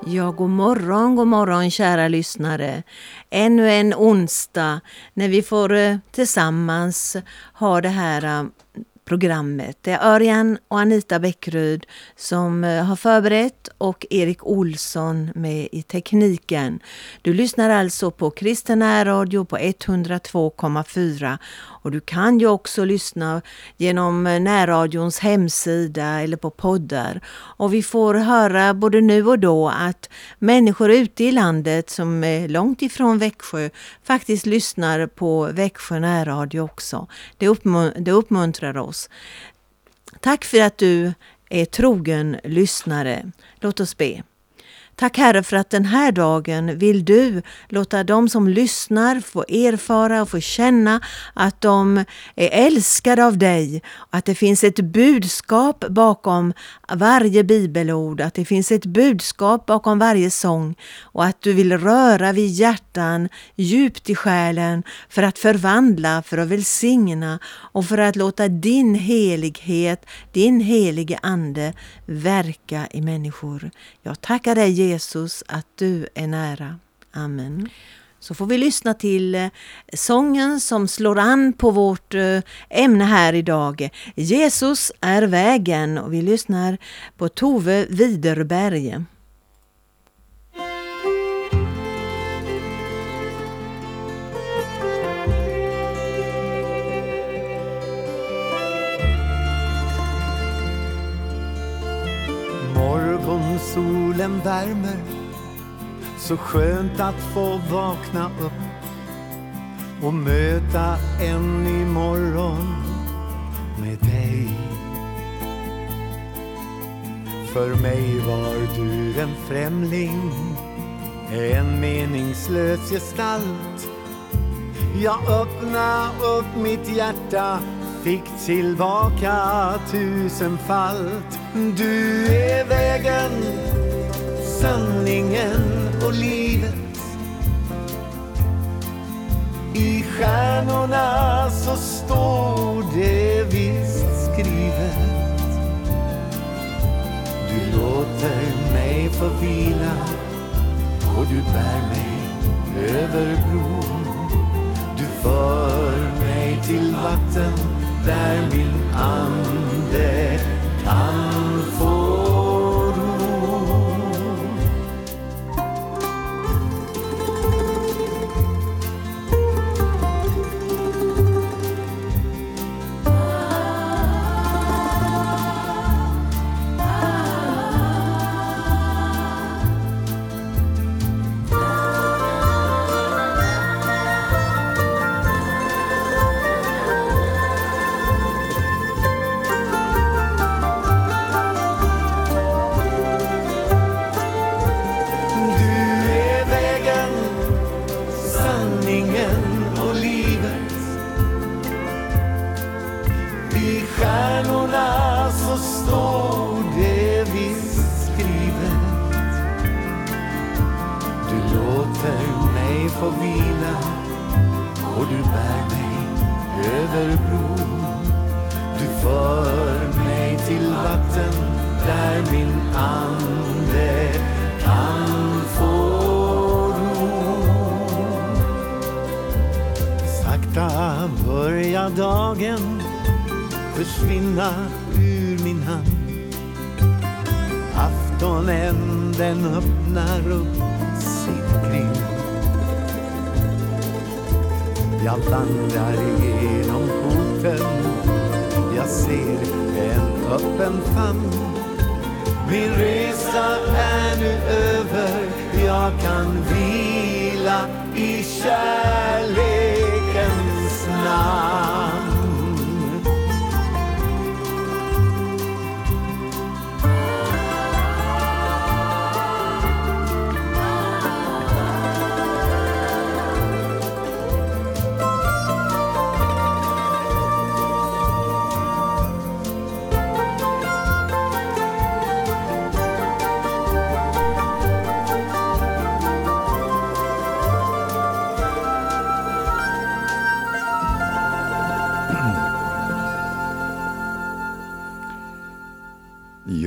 Ja, god morgon kära lyssnare. Ännu en onsdag när vi får tillsammans ha det här programmet. Det är Örjan och Anita Bäckryd som har förberett och Erik Olsson med i tekniken. Du lyssnar alltså på Kristen närradio på 102,4 och du kan ju också lyssna genom närradions hemsida eller på poddar. Och vi får höra både nu och då att människor ute i landet som är långt ifrån Växjö faktiskt lyssnar på Växjö närradio också. Det uppmuntrar oss. Tack för att du är trogen lyssnare. Låt oss be. Tack Herre för att den här dagen vill du låta de som lyssnar få erfara och få känna att de är älskade av dig. Att det finns ett budskap bakom varje bibelord. Att det finns ett budskap bakom varje sång. Och att du vill röra vid hjärtan djupt i själen för att förvandla, för att välsigna och för att låta din helighet, din helige ande verka i människor. Jag tackar dig Jesus att du är nära. Amen. Så får vi lyssna till sången som slår an på vårt ämne här idag. Jesus är vägen, och vi lyssnar på Tove Widerberg. Morgonsolen värmer, så skönt att få vakna upp och möta en ny morgon med dig. För mig var du en främling, en meningslös gestalt. Jag öppna upp mitt hjärta, fick tillbaka tusenfalt. Du är vägen, sanningen och livet. I stjärnorna så står det visst skrivet. Du låter mig få vila och du bär mig över bron. Du för mig till vatten där min ande kan få ro. Få vila och du bär mig över bron. Du för mig till vatten där min ande kan få ro. Sakta börjar dagen försvinna ur min hand. Aftonen den öppnar upp sitt kring. Jag vandrar genom porten, jag ser en öppen famn. Min resa är nu över, jag kan vila i kärlekens namn.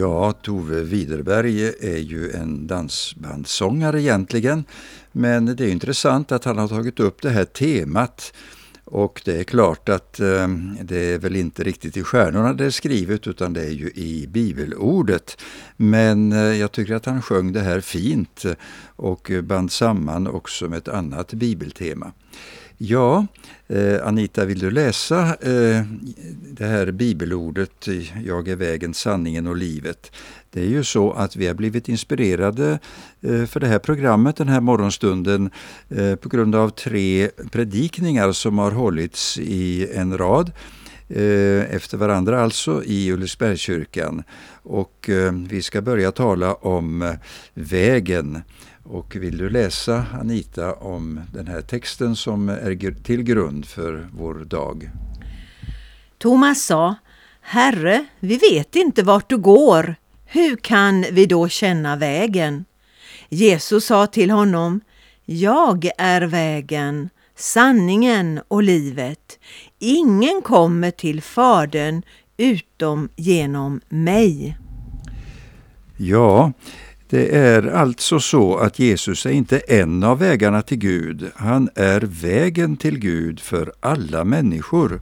Ja, Tove Widerberg är ju en dansbandssångare egentligen, men det är intressant att han har tagit upp det här temat. Och det är klart att det är väl inte riktigt i stjärnorna det är skrivet, utan det är ju i bibelordet. Men jag tycker att han sjöng det här fint och band samman också med ett annat bibeltema. Ja, Anita, vill du läsa det här bibelordet, jag är vägen, sanningen och livet? Det är ju så att vi har blivit inspirerade för det här programmet den här morgonstunden på grund av 3 predikningar som har hållits i en rad efter varandra, alltså i Ulriksbergskyrkan. Och vi ska börja tala om vägen. Och vill du läsa, Anita, om den här texten som är till grund för vår dag? Thomas sa: Herre, vi vet inte vart du går. Hur kan vi då känna vägen? Jesus sa till honom: Jag är vägen, sanningen och livet. Ingen kommer till Fadern utom genom mig. Ja, det är alltså så att Jesus är inte en av vägarna till Gud. Han är vägen till Gud för alla människor.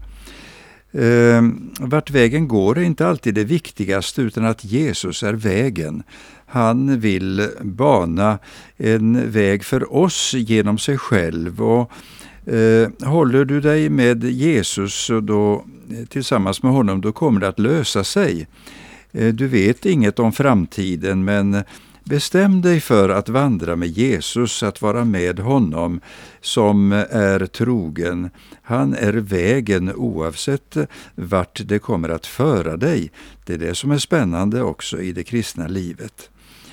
Vart vägen går är inte alltid det viktigaste, utan att Jesus är vägen. Han vill bana en väg för oss genom sig själv, och håller du dig med Jesus och då, tillsammans med honom, då kommer det att lösa sig. Du vet inget om framtiden, men bestäm dig för att vandra med Jesus, att vara med honom som är trogen. Han är vägen oavsett vart det kommer att föra dig. Det är det som är spännande också i det kristna livet.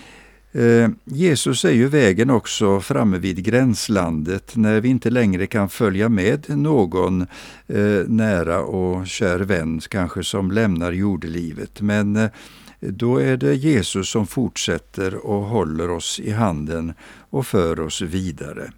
Jesus är ju vägen också framme vid gränslandet, när vi inte längre kan följa med någon nära och kär vän kanske som lämnar jordelivet. Men då är det Jesus som fortsätter och håller oss i handen och för oss vidare.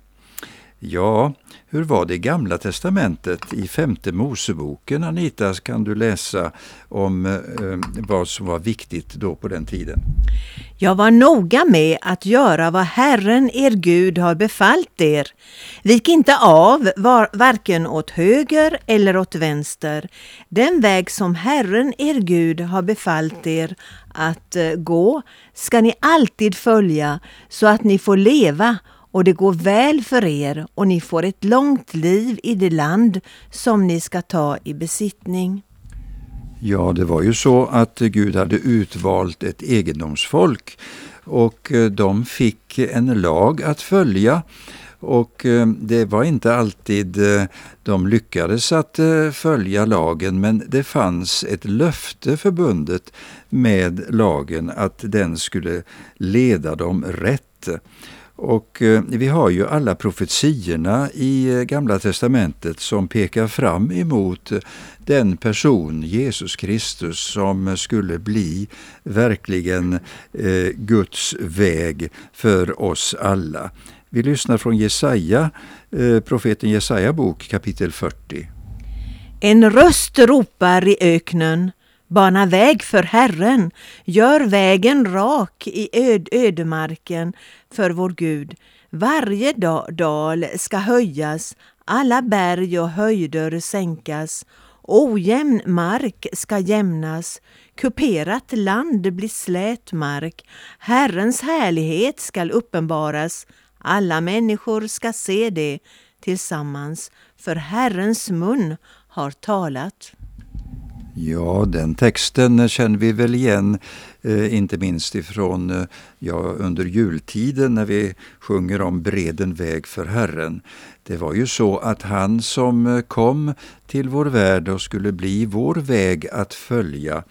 Ja, hur var det i Gamla testamentet? I 5:e Moseboken, Anita, kan du läsa om vad som var viktigt då på den tiden? Jag var noga med att göra vad Herren er Gud har befallt er. Vik inte av varken åt höger eller åt vänster. Den väg som Herren er Gud har befallt er att gå ska ni alltid följa, så att ni får leva och det går väl för er och ni får ett långt liv i det land som ni ska ta i besittning. Ja, det var ju så att Gud hade utvalt ett egendomsfolk, och de fick en lag att följa, och det var inte alltid de lyckades att följa lagen, men det fanns ett löfte förbundet med lagen att den skulle leda dem rätt. Och vi har ju alla profetiorna i Gamla testamentet som pekar fram emot den person, Jesus Kristus, som skulle bli verkligen Guds väg för oss alla. Vi lyssnar från Jesaja, profeten Jesaja bok, kapitel 40. En röst ropar i öknen: bana väg för Herren, gör vägen rak i ödemarken för vår Gud. Varje dal ska höjas, alla berg och höjder sänkas. Ojämn mark ska jämnas, kuperat land blir slät mark. Herrens härlighet ska uppenbaras, alla människor ska se det tillsammans, för Herrens mun har talat. Ja, den texten känner vi väl igen, inte minst ifrån under jultiden när vi sjunger om breden väg för Herren. Det var ju så att han som kom till vår värld och skulle bli vår väg att följa,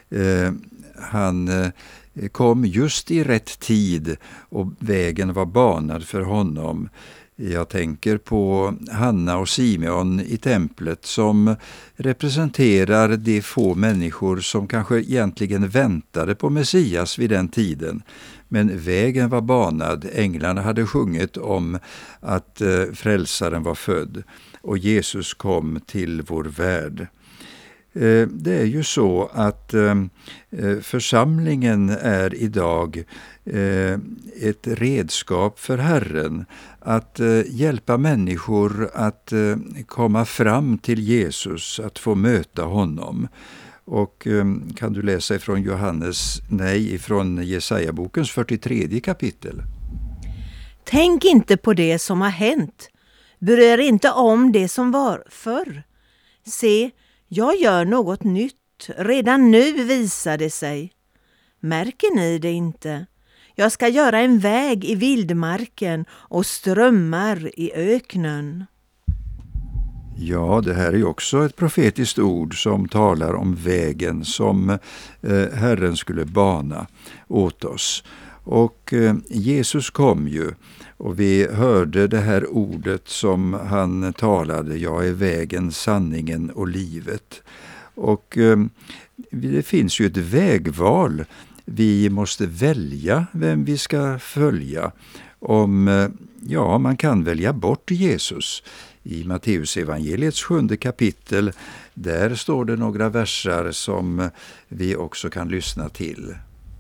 han kom just i rätt tid och vägen var banad för honom. Jag tänker på Hanna och Simeon i templet som representerar de få människor som kanske egentligen väntade på Messias vid den tiden. Men vägen var banad, änglarna hade sjungit om att frälsaren var född och Jesus kom till vår värld. Det är ju så att församlingen är idag ett redskap för Herren att hjälpa människor att komma fram till Jesus, att få möta honom. Och kan du läsa ifrån Jesaja-bokens 43 kapitel. Tänk inte på det som har hänt. Bry er inte om det som var förr. Se, jag gör något nytt. Redan nu visar det sig. Märker ni det inte? Jag ska göra en väg i vildmarken och strömmar i öknen. Ja, det här är ju också ett profetiskt ord som talar om vägen som Herren skulle bana åt oss. Och Jesus kom ju, och vi hörde det här ordet som han talade: jag är vägen, sanningen och livet. Och det finns ju ett vägval. Vi måste välja vem vi ska följa. Man kan välja bort Jesus. I Matteus evangeliets 7:e kapitel, där står det några versar som vi också kan lyssna till.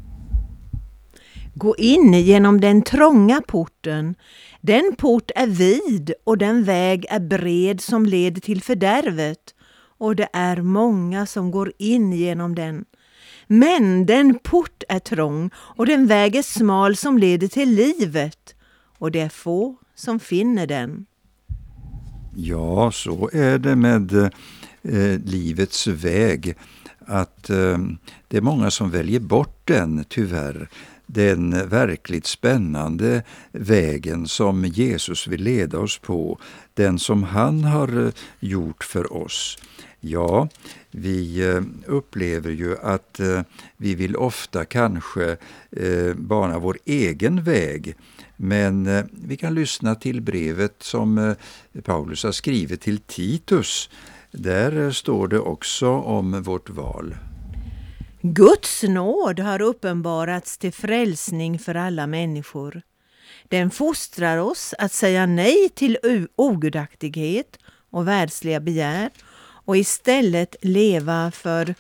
Gå in genom den trånga porten. Den port är vid och den väg är bred som leder till fördärvet, och det är många som går in genom den. Men den port är trång och den väg är smal som leder till livet, och det är få som finner den. Ja, så är det med livets väg, att det är många som väljer bort den, tyvärr. Den verkligt spännande vägen som Jesus vill leda oss på, den som han har gjort för oss. Ja, vi upplever ju att vi vill ofta kanske bana vår egen väg. Men vi kan lyssna till brevet som Paulus har skrivit till Titus. Där står det också om vårt val. Guds nåd har uppenbarats till frälsning för alla människor. Den fostrar oss att säga nej till ogudaktighet och världsliga begär och istället leva för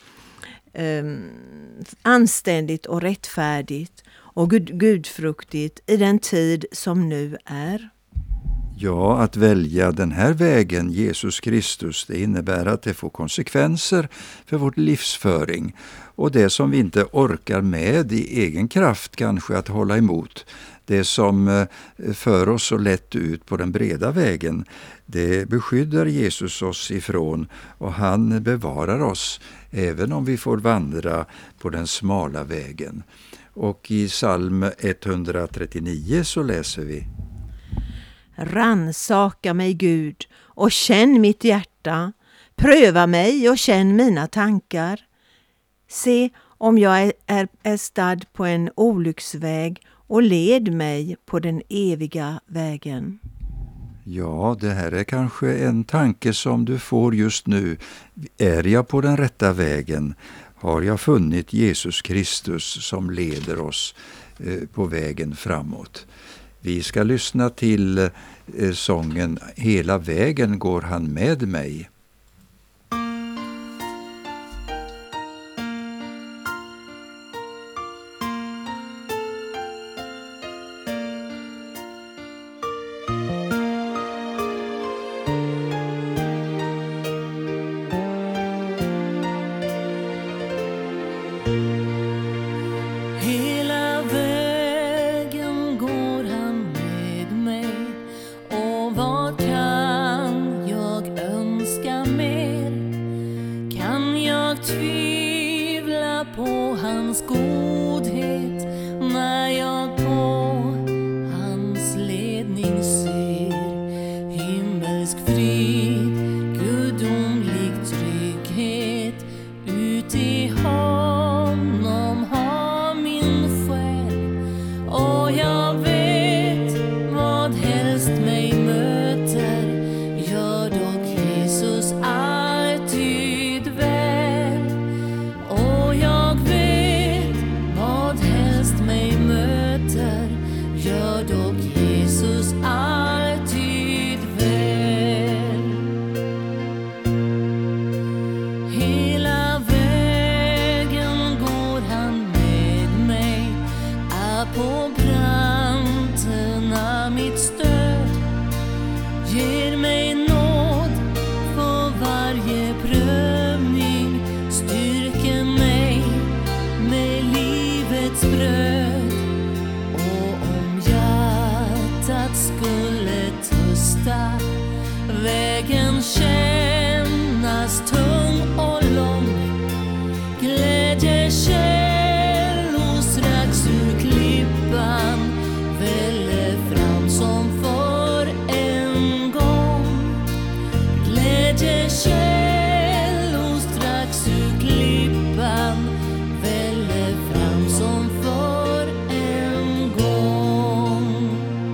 anständigt och rättfärdigt och gudfruktigt i den tid som nu är. Ja, att välja den här vägen, Jesus Kristus, det innebär att det får konsekvenser för vår livsföring. Och det som vi inte orkar med i egen kraft kanske att hålla emot, det som för oss så lätt ut på den breda vägen, det beskyddar Jesus oss ifrån, och han bevarar oss även om vi får vandra på den smala vägen. Och i psalm 139 så läser vi: Ransaka mig, Gud, och känn mitt hjärta. Pröva mig och känn mina tankar. Se om jag är stadd på en olycksväg och led mig på den eviga vägen. Ja, det här är kanske en tanke som du får just nu. Är jag på den rätta vägen? Har jag funnit Jesus Kristus som leder oss på vägen framåt? Vi ska lyssna till sången Hela vägen går han med mig. Hela på branterna mitt stöd, ger mig nåd för varje prövning, styrker mig med livets bröd. Och om hjärtat skulle törsta, vägen kännas tung och lång, glädjekällor strax ur klippan väller fram som för en gång. Glädjekällor strax ur klippan väller fram som för en gång.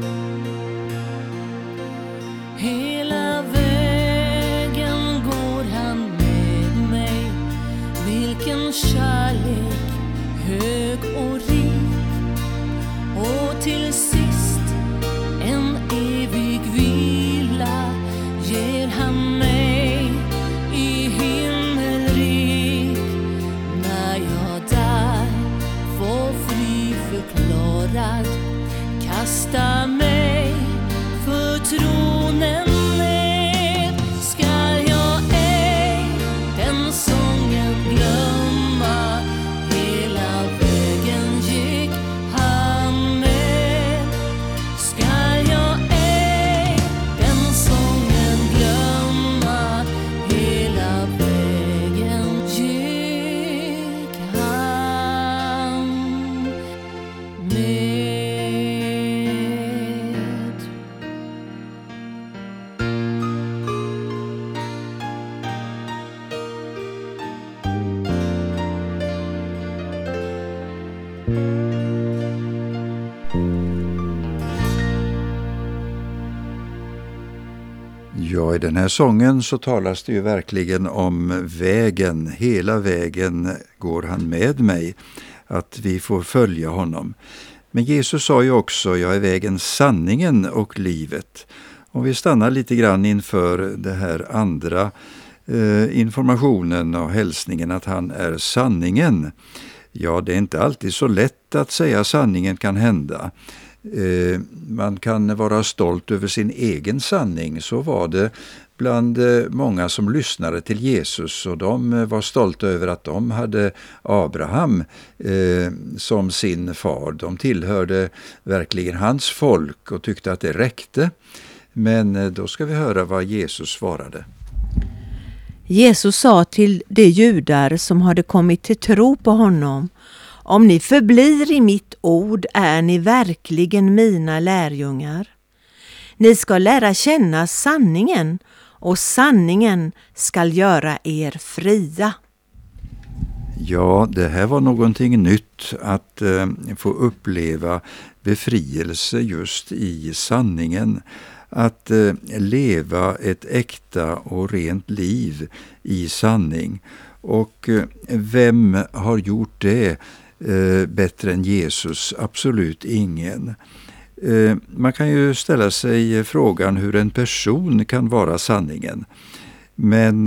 Hela vägen går han med mig, vilken kärlek hög och rik, och till sist en evig vila ger han mig i himmelrik. När jag där får fri förklarad, kasta mig för tronen ned, skall jag ej den sången glömma. Hela vägen gick han med, skall jag ej den sången glömma. Hela vägen gick han med. Ja, i den här sången så talas det ju verkligen om vägen. Hela vägen går han med mig, att vi får följa honom. Men Jesus sa ju också, jag är vägen, sanningen och livet. Om vi stannar lite grann inför det här andra informationen och hälsningen att han är sanningen. Ja, det är inte alltid så lätt att säga sanningen kan hända. Man kan vara stolt över sin egen sanning. Så var det bland många som lyssnade till Jesus, och de var stolta över att de hade Abraham som sin far. De tillhörde verkligen hans folk och tyckte att det räckte. Men då ska vi höra vad Jesus svarade. Jesus sa till de judar som hade kommit till tro på honom: om ni förblir i mitt ord är ni verkligen mina lärjungar. Ni ska lära känna sanningen, och sanningen ska göra er fria. Ja, det här var någonting nytt, att få uppleva befrielse just i sanningen. Att leva ett äkta och rent liv i sanning. Och vem har gjort det bättre än Jesus? Absolut ingen. Man kan ju ställa sig frågan hur en person kan vara sanningen. Men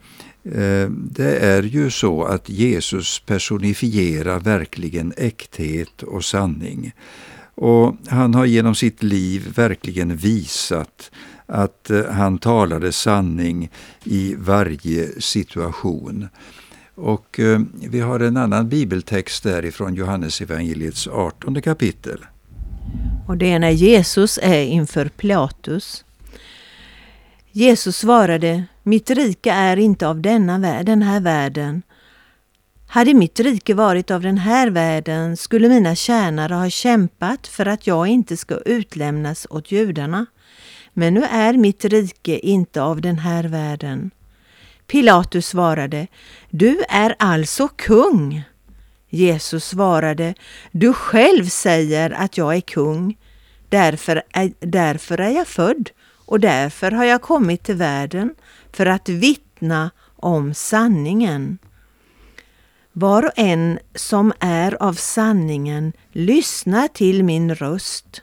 det är ju så att Jesus personifierar verkligen äkthet och sanning. Och han har genom sitt liv verkligen visat att han talade sanning i varje situation. Och vi har en annan bibeltext därifrån Johannes evangeliets 18 kapitel. Och det är när Jesus är inför Pilatus. Jesus svarade: mitt rike är inte av den här världen. Hade mitt rike varit av den här världen skulle mina tjänare ha kämpat för att jag inte ska utlämnas åt judarna. Men nu är mitt rike inte av den här världen. Pilatus svarade: du är alltså kung. Jesus svarade: du själv säger att jag är kung. Därför är jag född, och därför har jag kommit till världen för att vittna om sanningen. Var och en som är av sanningen lyssnar till min röst.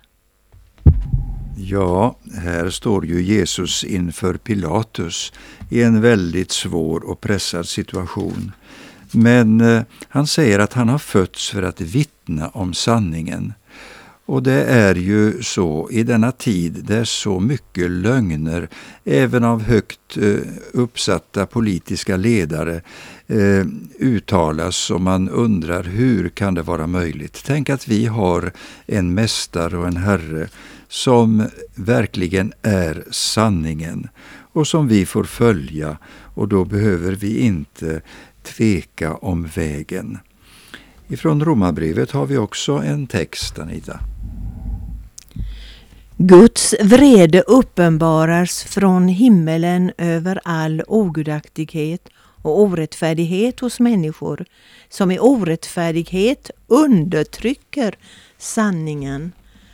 Ja, här står ju Jesus inför Pilatus i en väldigt svår och pressad situation. Men han säger att han har fötts för att vittna om sanningen. Och det är ju så i denna tid där så mycket lögner, även av högt uppsatta politiska ledare, uttalas, som man undrar hur kan det vara möjligt. Tänk att vi har en mästare och en herre som verkligen är sanningen och som vi får följa, och då behöver vi inte tveka om vägen. Ifrån Romarbrevet har vi också en text, Anita. Guds vrede uppenbaras från himmelen över all ogudaktighet och orättfärdighet hos människor, som i orättfärdighet undertrycker sanningen.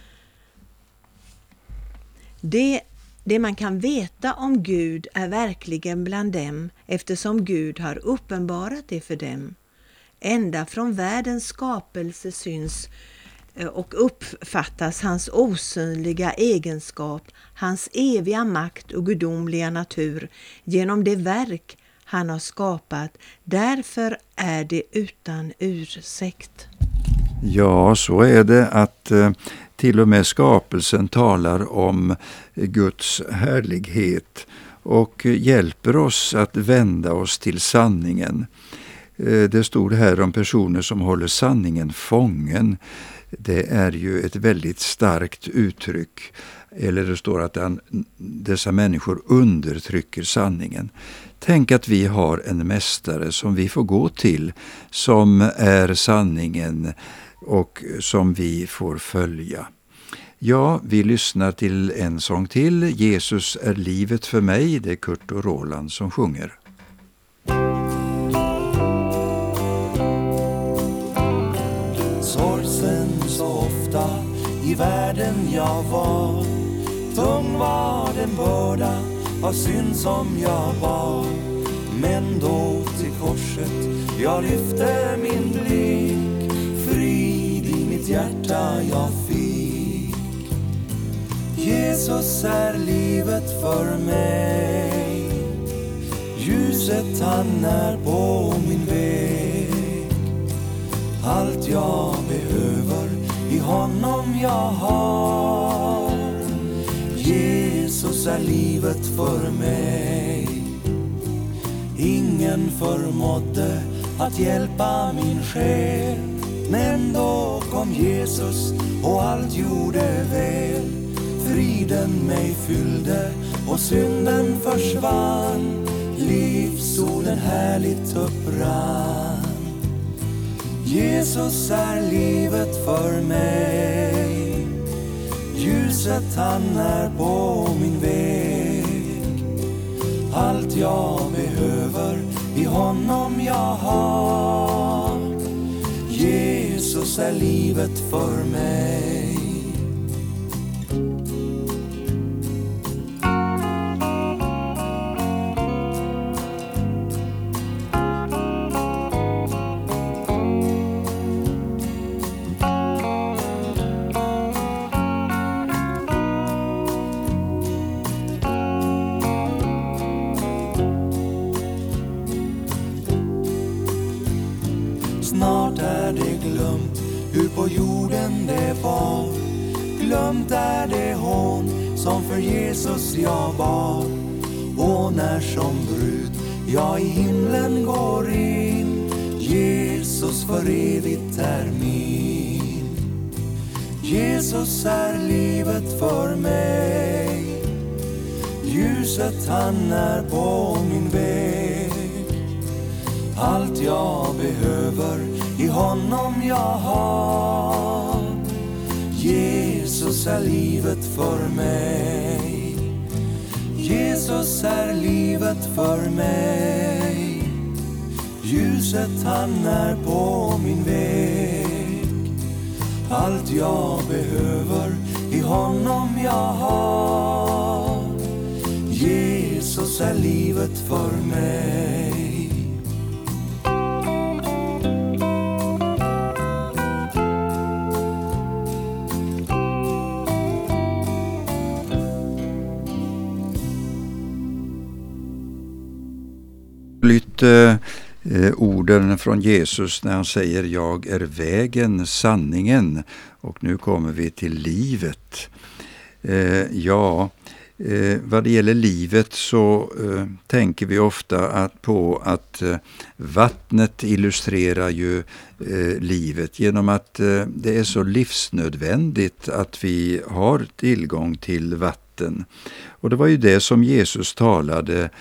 Det man kan veta om Gud är verkligen bland dem, eftersom Gud har uppenbarat det för dem. Ända från världens skapelse syns och uppfattas hans osynliga egenskap, hans eviga makt och gudomliga natur genom det verk han har skapat. Därför är det utan ursäkt. Ja, så är det att till och med skapelsen talar om Guds härlighet och hjälper oss att vända oss till sanningen. Det stod här om personer som håller sanningen fången. Det är ju ett väldigt starkt uttryck. Eller det står att dessa människor undertrycker sanningen. Tänk att vi har en mästare som vi får gå till, som är sanningen och som vi får följa. Ja, vi lyssnar till en sång till. Jesus är livet för mig. Det är Kurt och Roland som sjunger. Sorgsen så ofta i världen jag var, tung var den börda av synd som jag bar. Men då till korset jag lyfte min blick, frid i mitt hjärta jag fick. Jesus är livet för mig, ljuset han är på min väg. Allt jag behöver i honom jag har. Jesus är livet för mig. Ingen förmådde att hjälpa min själ, men då kom Jesus och allt gjorde väl. Friden mig fyllde och synden försvann, livssolen härligt upprann. Jesus är livet för mig, ljuset han är på min väg. Allt jag behöver i honom jag har. Jesus är livet för mig. Snart är det glömt hur på jorden det var. Glömt är det hån som för Jesus jag bar. Och när som brud jag i himlen går in, Jesus för evigt är min. Jesus är livet för mig, ljuset han är på min väg. Allt jag behöver i honom jag har. Jesus är livet för mig. Jesus är livet för mig. Ljuset han är på min väg. Allt jag behöver i honom jag har. Jesus är livet för mig. orden från Jesus när han säger jag är vägen, sanningen och nu kommer vi till livet. Vad det gäller livet så tänker vi ofta på att vattnet illustrerar ju livet genom att det är så livsnödvändigt att vi har tillgång till vatten. Och det var ju det som Jesus talade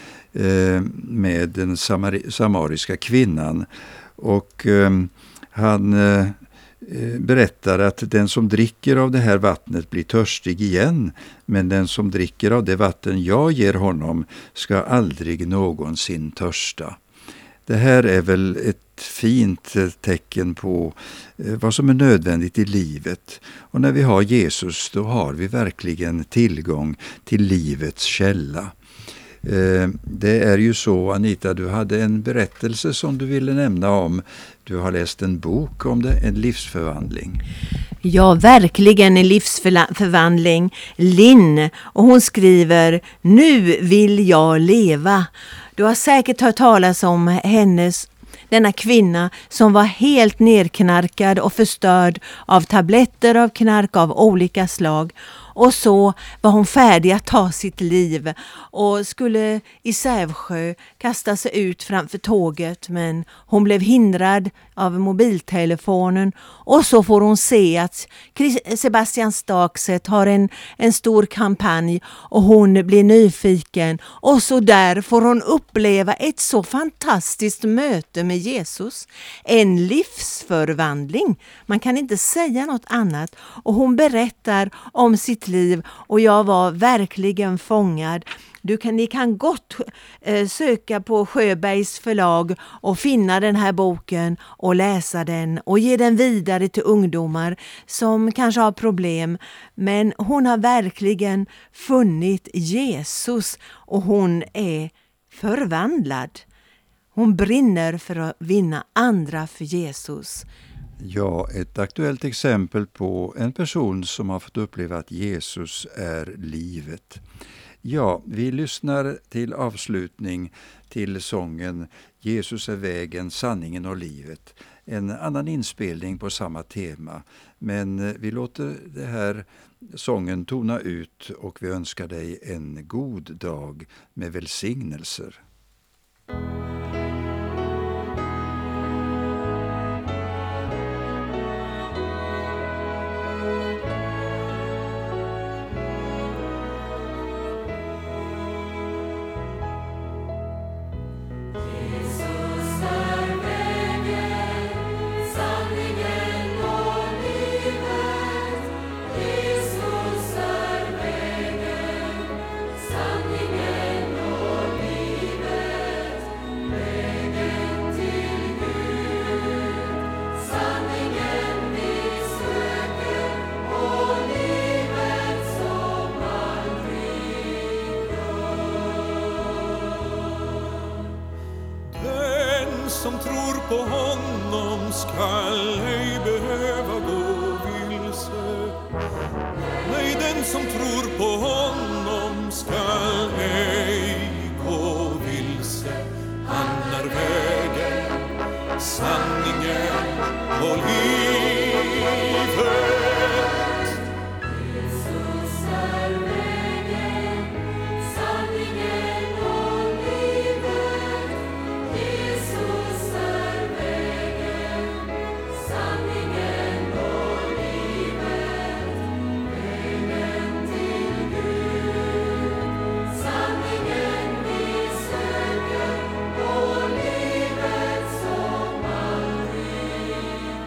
med den samariska kvinnan och han berättar att den som dricker av det här vattnet blir törstig igen, men den som dricker av det vatten jag ger honom ska aldrig någonsin törsta. Det här är väl ett fint tecken på vad som är nödvändigt i livet. Och när vi har Jesus, då har vi verkligen tillgång till livets källa. Det är ju så, Anita, du hade en berättelse som du ville nämna om. Du har läst en bok om det, en livsförvandling. Ja, verkligen en livsförvandling. Linn, och hon skriver, nu vill jag leva. Du har säkert hört talas om denna kvinna som var helt nerknarkad och förstörd av tabletter av knark av olika slag. Och så var hon färdig att ta sitt liv och skulle i Sävsjö kasta sig ut framför tåget, men hon blev hindrad av mobiltelefonen och så får hon se att Sebastian Stakset har en stor kampanj och hon blir nyfiken och så där får hon uppleva ett så fantastiskt möte med Jesus. En livsförvandling, man kan inte säga något annat, och hon berättar om sitt liv och jag var verkligen fångad. Ni kan gott söka på Sjöbergs förlag och finna den här boken och läsa den och ge den vidare till ungdomar som kanske har problem. Men hon har verkligen funnit Jesus och hon är förvandlad. Hon brinner för att vinna andra för Jesus. Ja, ett aktuellt exempel på en person som har fått uppleva att Jesus är livet. Ja, vi lyssnar till avslutning till sången Jesus är vägen, sanningen och livet. En annan inspelning på samma tema, men vi låter det här sången tona ut och vi önskar dig en god dag med välsignelser. Som tror på honom skall ej behöva gå vilse. Nej, den som tror på honom skall ej gå vilse. Han är vägen, sanningen och livet. Jesus är vägen, sanningen och livet. Jesus är vägen, sanningen och livet. Vägen till Gud, sanningen vi söker och livet som aldrig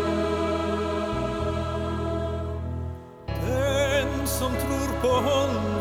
dör. Den som tror på honom